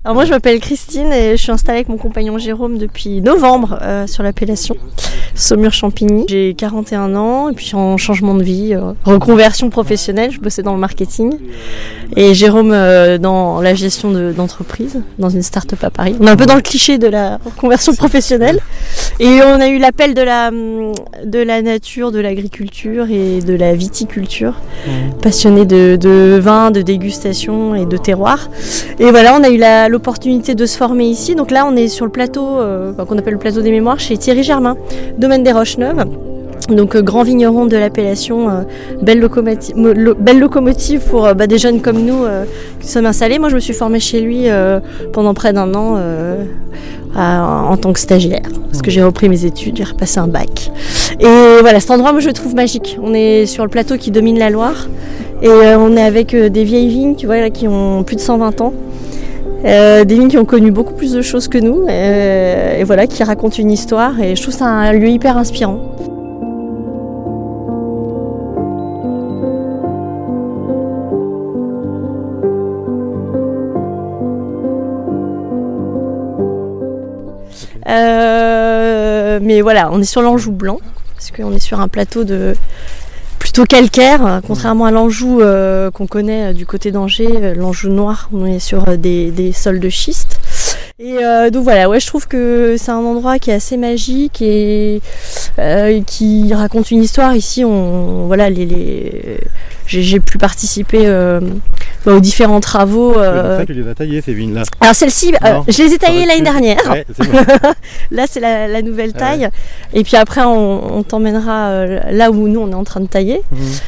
Alors moi je m'appelle Christine et je suis installée avec mon compagnon Jérôme depuis novembre sur l'appellation Saumur-Champigny. J'ai 41 ans et puis je suis en changement de vie, reconversion professionnelle, je bossais dans le marketing et Jérôme dans la gestion d'entreprise, dans une start-up à Paris. On est un peu dans le cliché de la reconversion professionnelle et on a eu l'appel de la nature, de l'agriculture et de la viticulture, passionné de vin, de dégustation et de terroir. Et voilà, on a eu l'opportunité de se former ici. Donc là, on est sur le plateau qu'on appelle le plateau des mémoires chez Thierry Germain, domaine des Roches-Neuves. Donc grand vigneron de l'appellation, belle locomotive pour des jeunes comme nous qui sommes installés. Moi je me suis formée chez lui pendant près d'1 an en tant que stagiaire, parce que j'ai repris mes études, j'ai repassé un bac. Et voilà, cet endroit moi je le trouve magique. On est sur le plateau qui domine la Loire et on est avec des vieilles vignes, tu vois, là, qui ont plus de 120 ans. Des vignes qui ont connu beaucoup plus de choses que nous et voilà, qui racontent une histoire et je trouve ça un lieu hyper inspirant. Mais voilà, on est sur l'Anjou blanc, parce qu'on est sur un plateau plutôt calcaire, contrairement à l'Anjou qu'on connaît du côté d'Angers, l'Anjou noir, on est sur des sols de schiste. Et donc voilà, ouais, je trouve que c'est un endroit qui est assez magique et qui raconte une histoire. Ici, j'ai pu participer aux différents travaux. Tu les as taillées ces vignes-là? Alors celles-ci, je les ai taillées l'année dernière. Ouais, c'est bon. Là, c'est la nouvelle taille. Ouais. Et puis après, on t'emmènera là où nous, on est en train de tailler.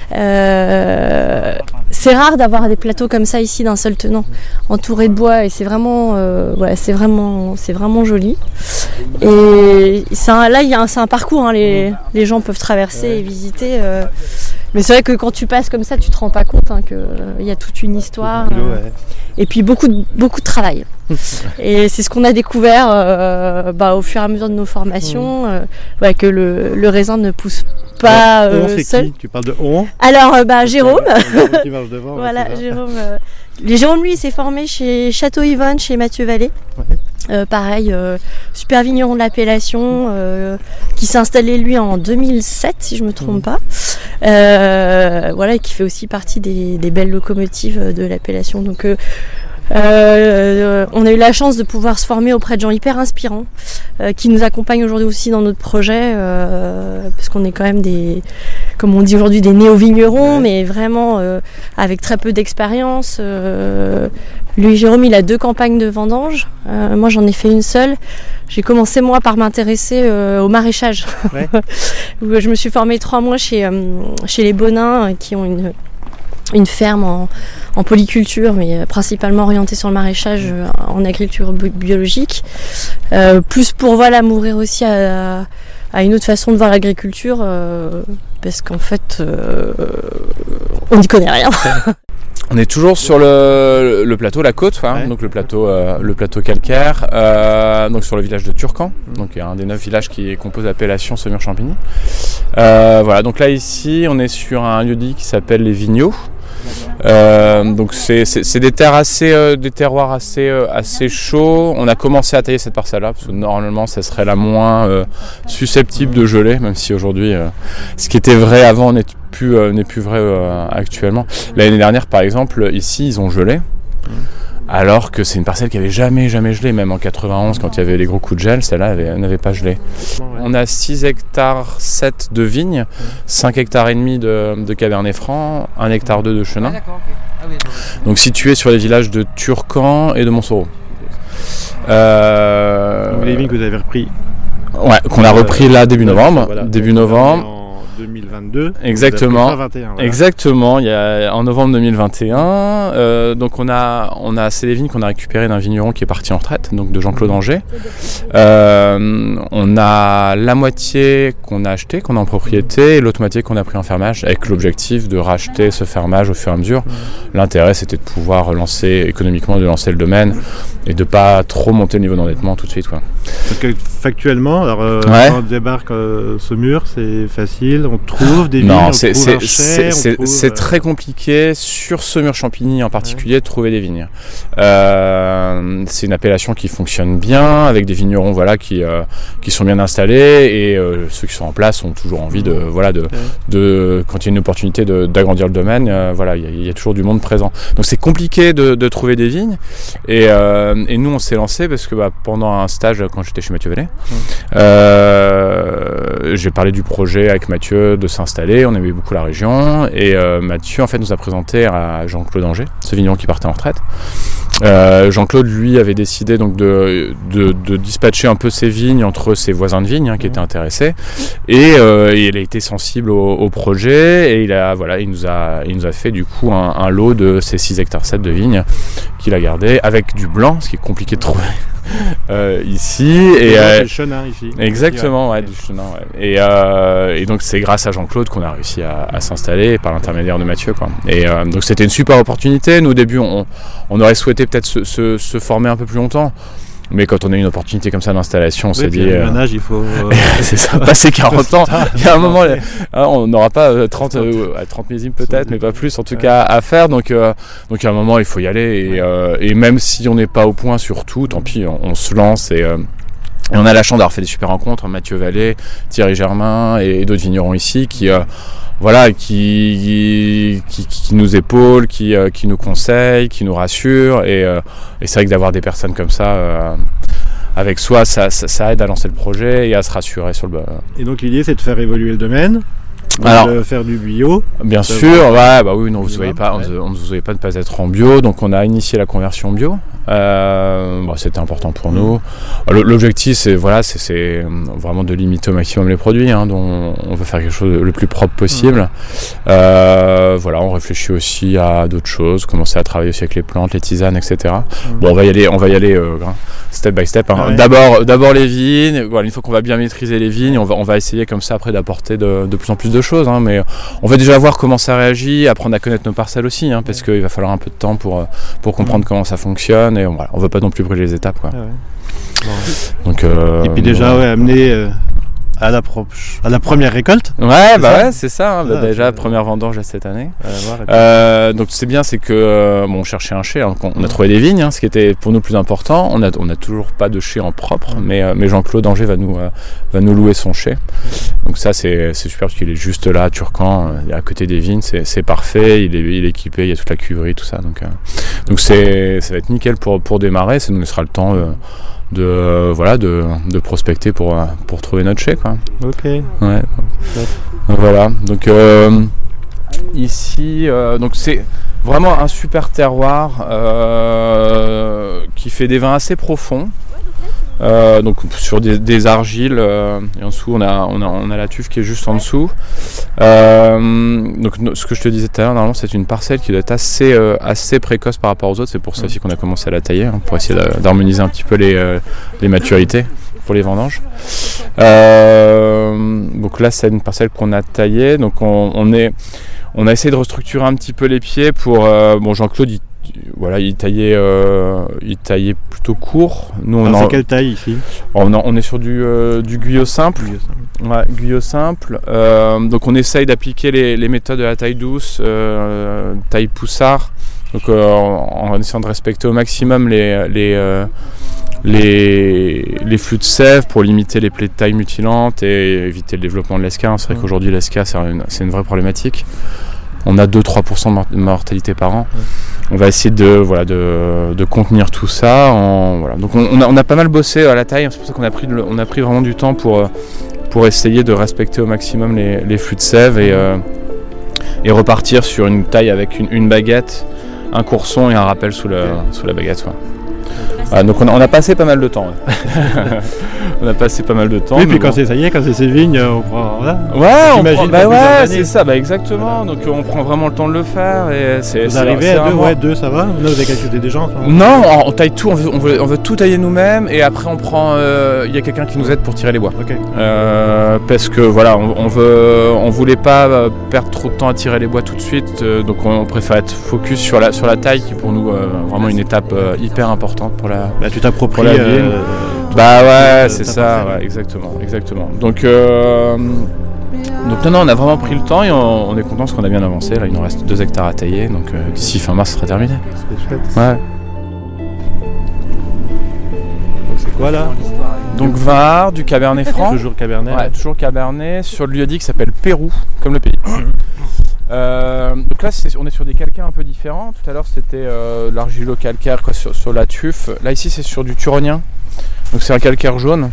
C'est rare d'avoir des plateaux comme ça ici d'un seul tenant, entourés de bois. Et c'est vraiment, c'est vraiment joli. Et c'est un parcours. Hein, les gens peuvent traverser et visiter. Mais c'est vrai que quand tu passes comme ça, tu te rends pas compte qu'il y a toute une histoire. Et puis beaucoup de travail. Et c'est ce qu'on a découvert au fur et à mesure de nos formations, que le raisin ne pousse pas seul. Qui tu parles de on? Alors Jérôme. Qui marche devant. Voilà, Jérôme. Jérôme, lui, il s'est formé chez Château-Yvonne, chez Mathieu Vallée. Pareil, super vigneron de l'appellation, qui s'est installé lui en 2007, si je me trompe pas. Et qui fait aussi partie des belles locomotives de l'appellation. Donc on a eu la chance de pouvoir se former auprès de gens hyper inspirants qui nous accompagnent aujourd'hui aussi dans notre projet parce qu'on est quand même comme on dit aujourd'hui, des néo-vignerons, mais vraiment avec très peu d'expérience. Lui, Jérôme, il a 2 campagnes de vendange. Moi, j'en ai fait une seule. J'ai commencé, moi, par m'intéresser au maraîchage. Ouais. Je me suis formée 3 mois chez les Bonins, qui ont une ferme en polyculture, mais principalement orientée sur le maraîchage en agriculture biologique. Plus pour m'ouvrir aussi à une autre façon de voir l'agriculture, parce qu'en fait, on n'y connaît rien. On est toujours sur le plateau, la côte, donc le plateau calcaire, donc sur le village de Turcan, donc il y a un des 9 villages qui compose l'appellation Saumur-Champigny. Donc là ici, on est sur un lieu-dit qui s'appelle les Vigneaux. Donc c'est des terroirs assez chauds. On a commencé à tailler cette parcelle-là parce que normalement ça serait la moins susceptible de geler, même si aujourd'hui ce qui était vrai avant n'est plus vrai actuellement. L'année dernière par exemple ici ils ont gelé. Alors que c'est une parcelle qui avait jamais gelé, même en 91 quand il y avait les gros coups de gel, celle-là n'avait pas gelé. On a 6 hectares 7 de vignes, 5 hectares et demi de Cabernet Franc, 1 hectare 2 de Chenin. Donc situé sur les villages de Turcan et de Montsoreau. Les vignes que vous avez repris. Ouais, qu'on a repris là début novembre. Voilà, début novembre. 2022. Exactement. 2021, voilà. Exactement. Il y a en novembre 2021. Donc c'est des vignes qu'on a récupérées d'un vigneron qui est parti en retraite, donc de Jean-Claude Anger. On a la moitié qu'on a acheté, qu'on a en propriété, et l'autre moitié qu'on a pris en fermage, avec l'objectif de racheter ce fermage au fur et à mesure. L'intérêt, c'était de pouvoir lancer économiquement, de lancer le domaine et de pas trop monter le niveau d'endettement tout de suite, quoi. Parce que factuellement, quand on débarque Saumur, c'est facile. facile, on trouve des vignes, Non, on trouve un chai, on trouve, c'est très compliqué sur Saumur-Champigny en particulier de trouver des vignes. C'est une appellation qui fonctionne bien avec des vignerons qui sont bien installés et ceux qui sont en place ont toujours envie de quand il y a une opportunité d'agrandir le domaine, il y a toujours du monde présent. Donc c'est compliqué de trouver des vignes et nous on s'est lancé parce que pendant un stage quand j'étais chez Mathieu Vallée, j'ai parlé du projet avec Mathieu de s'installer, on aimait beaucoup la région et Mathieu en fait nous a présenté à Jean-Claude Anger, ce vigneron qui partait en retraite. Jean-Claude lui avait décidé donc de dispatcher un peu ses vignes entre ses voisins de vignes qui étaient intéressés et il a été sensible au projet et il nous a fait du coup un lot de ces 6 hectares 7 de vignes qu'il a gardé avec du blanc, ce qui est compliqué de trouver ici et du chenin ici. Exactement, du chenin. Et donc c'est grâce à Jean-Claude qu'on a réussi à s'installer par l'intermédiaire de Mathieu, quoi. Et donc c'était une super opportunité. Nous au début on aurait souhaité peut-être se former un peu plus longtemps. Mais quand on a une opportunité comme ça d'installation, on s'est dit... un âge, il faut... c'est ça, passer 40 ans, il y a un moment, on n'aura pas 30 millésimes peut-être, mais pas plus en tout cas à faire. Donc à un moment, il faut y aller. Et même si on n'est pas au point sur tout, tant pis, on se lance. Et on a la chance d'avoir fait des super rencontres, Mathieu Vallée, Thierry Germain et d'autres vignerons ici qui nous épaulent, qui nous conseillent, qui nous rassurent et c'est vrai que d'avoir des personnes comme ça avec soi, ça aide à lancer le projet et à se rassurer sur le... Et donc l'idée c'est de faire évoluer le domaine, de faire du bio. Bien sûr, oui, non, vous ne voyez pas, on ne vous voyez pas de pas être en bio, donc on a initié la conversion bio. C'était important pour nous. L'objectif c'est vraiment de limiter au maximum les produits, dont on veut faire quelque chose le plus propre possible. On réfléchit aussi à d'autres choses, commencer à travailler aussi avec les plantes, les tisanes, etc. Bon, on va y aller step by step. D'abord les vignes. Une fois qu'on va bien maîtriser les vignes, on va essayer comme ça après d'apporter de plus en plus de choses. Mais on va déjà voir comment ça réagit, apprendre à connaître nos parcelles aussi, parce qu'il va falloir un peu de temps pour comprendre comment ça fonctionne. Et on ne veut pas non plus brûler les étapes, quoi. Donc, et puis déjà amener à la première récolte. C'est ça. Déjà première vendange cette année. Donc c'est bien, c'est que on cherchait un chai, on a trouvé des vignes, ce qui était pour nous le plus important. On a toujours pas de chai en propre, mais Jean-Claude Anger va nous louer son chai. Donc ça c'est super parce qu'il est juste là à Turcan, à côté des vignes, c'est parfait. Il est équipé, il y a toute la cuverie, tout ça. Donc ça va être nickel pour démarrer. Ça nous laissera le temps de prospecter pour trouver notre chai, quoi. Ok. Ouais. Voilà. Donc ici, donc c'est vraiment un super terroir qui fait des vins assez profonds. Donc sur des argiles et en dessous on a la tuve qui est juste en dessous. Donc ce que je te disais tout à l'heure, normalement c'est une parcelle qui doit être assez précoce par rapport aux autres. C'est pour ça aussi qu'on a commencé à la tailler, pour essayer d'harmoniser un petit peu les maturités pour les vendanges. Donc là c'est une parcelle qu'on a taillée. Donc on a essayé de restructurer un petit peu les pieds pour Jean-Claude il taillait plutôt court. Nous, c'est quelle taille ici ? On est sur du guyot simple. Guyot simple. Donc on essaye d'appliquer les méthodes de la taille douce, taille poussard. Donc en essayant de respecter au maximum les flux de sève pour limiter les plaies de taille mutilantes et éviter le développement de l'esca. C'est vrai qu'aujourd'hui l'esca c'est une vraie problématique. On a 2-3% de mortalité par an. On va essayer de contenir tout ça. Donc on a pas mal bossé à la taille. C'est pour ça qu'on a pris vraiment du temps pour essayer de respecter au maximum les flux de sève et repartir sur une taille avec une baguette, un courson et un rappel sous la baguette. Donc on a passé pas mal de temps. On a passé pas mal de temps. Oui, puis quand c'est ces vignes, on prend. C'est ça, exactement. Donc on prend vraiment le temps de le faire. Et vous arrivez à deux, ça va ? Là, vous avez calculé des gens ? Non, on taille tout. On veut tout tailler nous-mêmes et après on prend. Il y a quelqu'un qui nous aide pour tirer les bois. Okay. Parce que on voulait pas perdre trop de temps à tirer les bois tout de suite. Donc on préfère être focus sur la taille qui est pour nous vraiment une étape hyper importante pour la. Tu t'appropries la vigne. C'est ça, exactement. Donc Donc non, on a vraiment pris le temps et on est content parce qu'on a bien avancé. Là, il nous reste 2 hectares à tailler, donc d'ici fin mars, ça sera terminé. C'est chouette. Ouais. Donc c'est quoi là? Donc vin art, du Cabernet Franc. Toujours Cabernet. Ouais, toujours Cabernet, sur le lieu-dit qui s'appelle Pérou, comme le pays. Donc là, on est sur des calcaires un peu différents. Tout à l'heure, c'était l'argilo-calcaire sur la tuffe. Là, ici, c'est sur du turonien. Donc c'est un calcaire jaune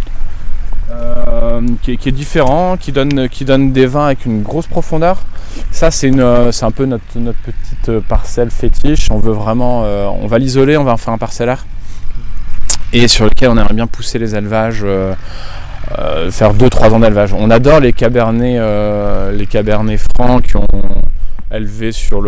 qui est différent, qui donne des vins avec une grosse profondeur. Ça, c'est un peu notre petite parcelle fétiche. On veut vraiment, on va l'isoler, on va en faire un parcellaire. Et sur lequel on aimerait bien pousser les élevages, faire 2-3 ans d'élevage. On adore les cabernets francs qui ont élevé sur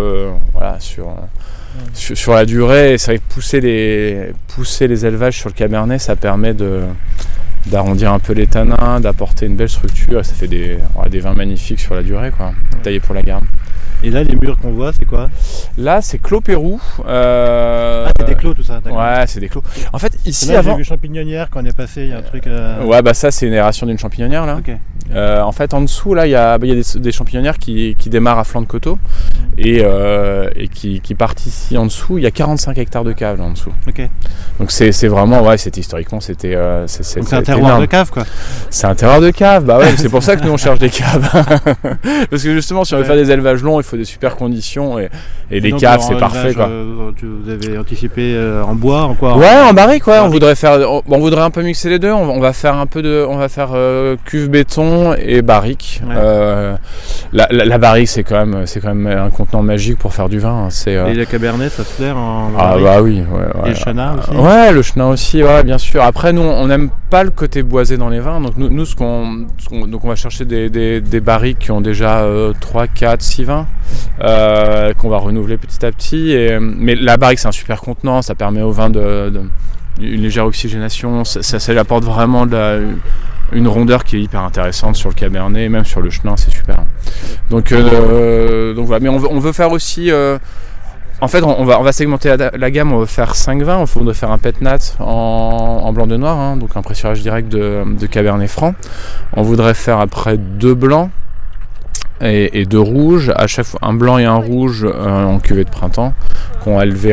la durée. Et c'est vrai que pousser les élevages sur le cabernet, ça permet d'arrondir un peu les tanins, d'apporter une belle structure. Et ça fait des vins magnifiques sur la durée, quoi, taillés pour la garde. Et là, les murs qu'on voit, c'est quoi? Là, c'est Clos Pérou. C'est des clos tout ça, d'accord. Ouais, c'est des clos. En fait, ici là, avant. J'ai vu champignon-nière quand on est passé, il y a un truc. Ouais, bah ça, c'est une aération d'une champignon-nière là. Ok. En fait, en dessous, là, il y a des champignonnières qui démarrent à flanc de coteau et qui partent ici en dessous. Il y a 45 hectares de cave là en dessous. Ok. Donc c'est vraiment, ouais, c'était historiquement, c'était. Donc c'est un terroir énorme. De cave, quoi. C'est un terroir de cave, bah ouais. C'est pour ça que nous on cherche des caves. Parce que justement, si on veut faire des élevages longs, il faut des super conditions et les donc, caves, c'est parfait, quoi. Vous avez anticipé en bois, en quoi? Ouais, en barrique, ouais. On voudrait un peu mixer les deux. On va faire cuve béton et barrique. Ouais. La barrique, c'est quand même un contenant magique pour faire du vin. Et le cabernet, ça se plaire en barrique? Bah oui. Ouais. Et le chenin aussi? Ouais, le chenin aussi, ouais, bien sûr. Après, nous, on n'aime pas le côté boisé dans les vins. Donc nous donc on va chercher des barriques qui ont déjà 3, 4, 6 vins qu'on va renouveler petit à petit. Mais la barrique, c'est un super contenant. Ça permet au vin une légère oxygénation. Ça lui apporte vraiment une rondeur qui est hyper intéressante sur le cabernet, même sur le chenin, c'est super. Donc voilà, mais on veut faire aussi. En fait, on va segmenter la gamme, on va faire 5 vins. Il faudrait faire un pet nat en blanc de noir, hein, donc un pressurage direct de cabernet franc. On voudrait faire après 2 blancs et 2 rouges, à chaque fois un blanc et un rouge en cuvée de printemps qu'on va élever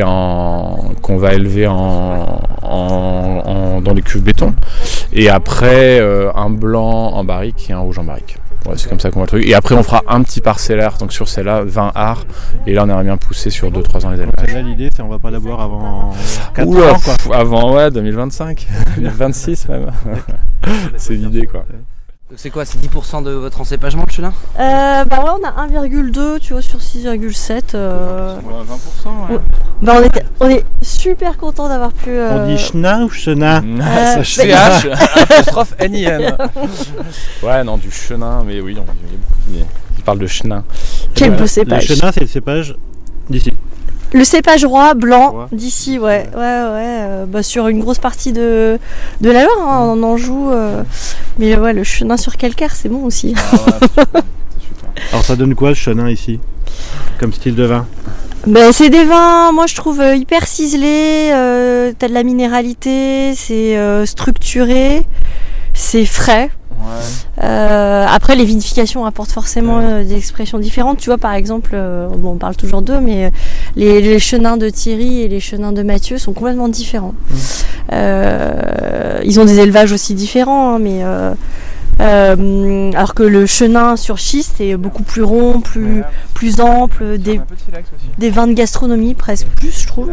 dans les cuves béton, et après un blanc en barrique et un rouge en barrique. Ouais, c'est comme ça qu'on va le truc. Et après on fera un petit parcellaire, donc sur celle-là, 20 arts, et là on aimerait bien pousser sur 2-3 ans les élevages. Donc là l'idée c'est on va pas la boire avant 4 ans, quoi. Avant 2025, 2026 même. C'est l'idée, quoi. C'est quoi, c'est 10% de votre encépagement le chenin? Bah ouais, on a 1,2 tu vois sur 6,7. 20%, ouais. Bah on est super content d'avoir pu. On dit chenin ou chenin? CH apostrophe N-I-N. Ouais, non, du chenin, mais oui, il parle de chenin. Quel beau cépage. Le chenin, c'est le cépage d'ici. Le cépage roi blanc d'ici, ouais. Bah, sur une grosse partie de la Loire, hein, en Anjou. Mais ouais, le chenin sur calcaire, c'est bon aussi. Ah ouais, c'est super. Alors ça donne quoi le chenin ici, comme style de vin? Ben, c'est des vins, moi je trouve hyper ciselés, t'as de la minéralité, c'est structuré, c'est frais. Ouais. Après les vinifications apportent forcément des expressions différentes. Tu vois, par exemple, on parle toujours d'eux, mais les chenins de Thierry et les chenins de Mathieu sont complètement différents. Ils ont des élevages aussi différents, hein, mais alors que le chenin sur schiste est beaucoup plus rond, plus ample, des vins de gastronomie presque plus, je trouve.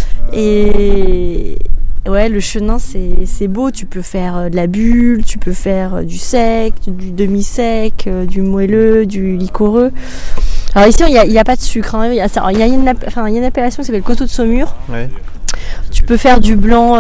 Et ouais, le chenin c'est beau, tu peux faire de la bulle, tu peux faire du sec, du demi-sec, du moelleux, du liquoreux. Alors ici il n'y a pas de sucre, hein. Il y a une appellation qui s'appelle Coteau de Saumur. Ouais. Tu peux faire du blanc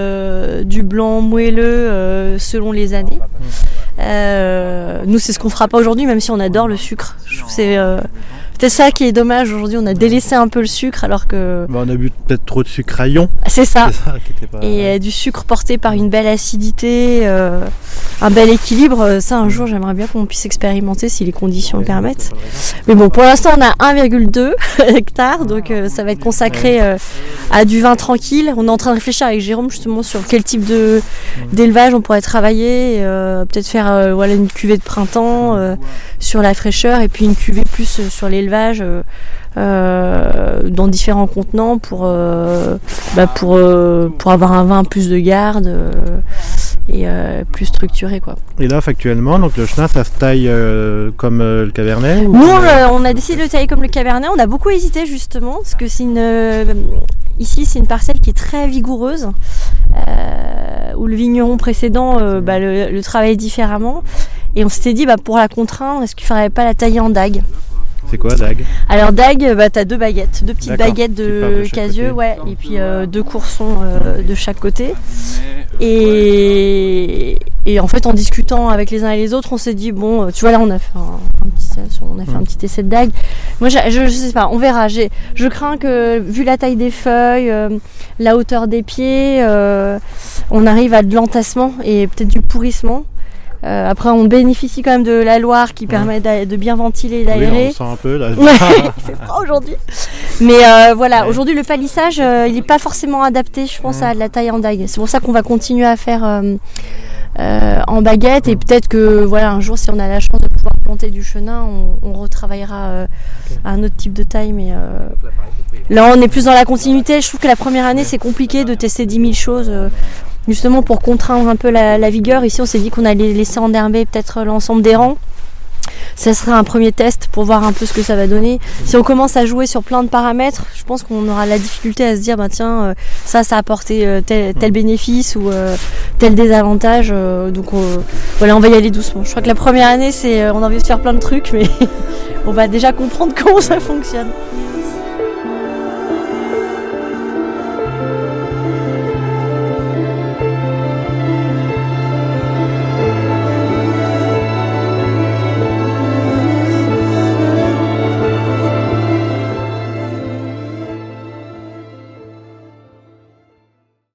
moelleux selon les années. Nous c'est ce qu'on fera pas aujourd'hui, même si on adore le sucre. Je trouve que c'est peut-être ça qui est dommage. Aujourd'hui, on a délaissé un peu le sucre alors que... On a bu peut-être trop de sucre à ion. C'est ça. C'est ça qui était pas... Et du sucre porté par une belle acidité, un bel équilibre. Ça, un jour, j'aimerais bien qu'on puisse expérimenter si les conditions le permettent. Mais bon, pour l'instant, on a 1,2 hectares, donc ça va être consacré à du vin tranquille. On est en train de réfléchir avec Jérôme justement sur quel type d'élevage on pourrait travailler. Peut-être faire une cuvée de printemps sur la fraîcheur et puis une cuvée plus sur l'élevage. Dans différents contenants pour avoir un vin plus de garde et plus structuré quoi. Et là factuellement donc le chenin ça se taille comme le cabernet Nous on a décidé de le tailler comme le cabernet. On a beaucoup hésité justement parce que ici c'est une parcelle qui est très vigoureuse où le vigneron précédent le travaillait différemment et on s'était dit pour la contraindre est-ce qu'il ne faudrait pas la tailler en dague. C'est quoi dague? Alors dague, t'as deux petites baguettes de casieux, et puis 2 coursons de chaque côté. Et en fait, en discutant avec les uns et les autres, on s'est dit tu vois là, on a fait un petit essai de dague. Moi, je sais pas, on verra. Je crains que vu la taille des feuilles, la hauteur des pieds, on arrive à de l'entassement et peut-être du pourrissement. Après on bénéficie quand même de la Loire qui permet de bien ventiler et d'aérer. Oui, on sent un peu là. Il fait froid aujourd'hui. Mais aujourd'hui le palissage il n'est pas forcément adapté je pense à de la taille en dague. C'est pour ça qu'on va continuer à faire en baguette et peut-être que un jour si on a la chance de pouvoir planter du chenin on retravaillera un autre type de taille. Mais là on est plus dans la continuité. Je trouve que la première année c'est compliqué de tester 10 000 choses. Justement pour contraindre un peu la vigueur, ici on s'est dit qu'on allait laisser enherber peut-être l'ensemble des rangs. Ça serait un premier test pour voir un peu ce que ça va donner. Si on commence à jouer sur plein de paramètres, je pense qu'on aura la difficulté à se dire ça a apporté tel bénéfice ou tel désavantage. Donc on va y aller doucement. Je crois que la première année on a envie de faire plein de trucs mais on va déjà comprendre comment ça fonctionne.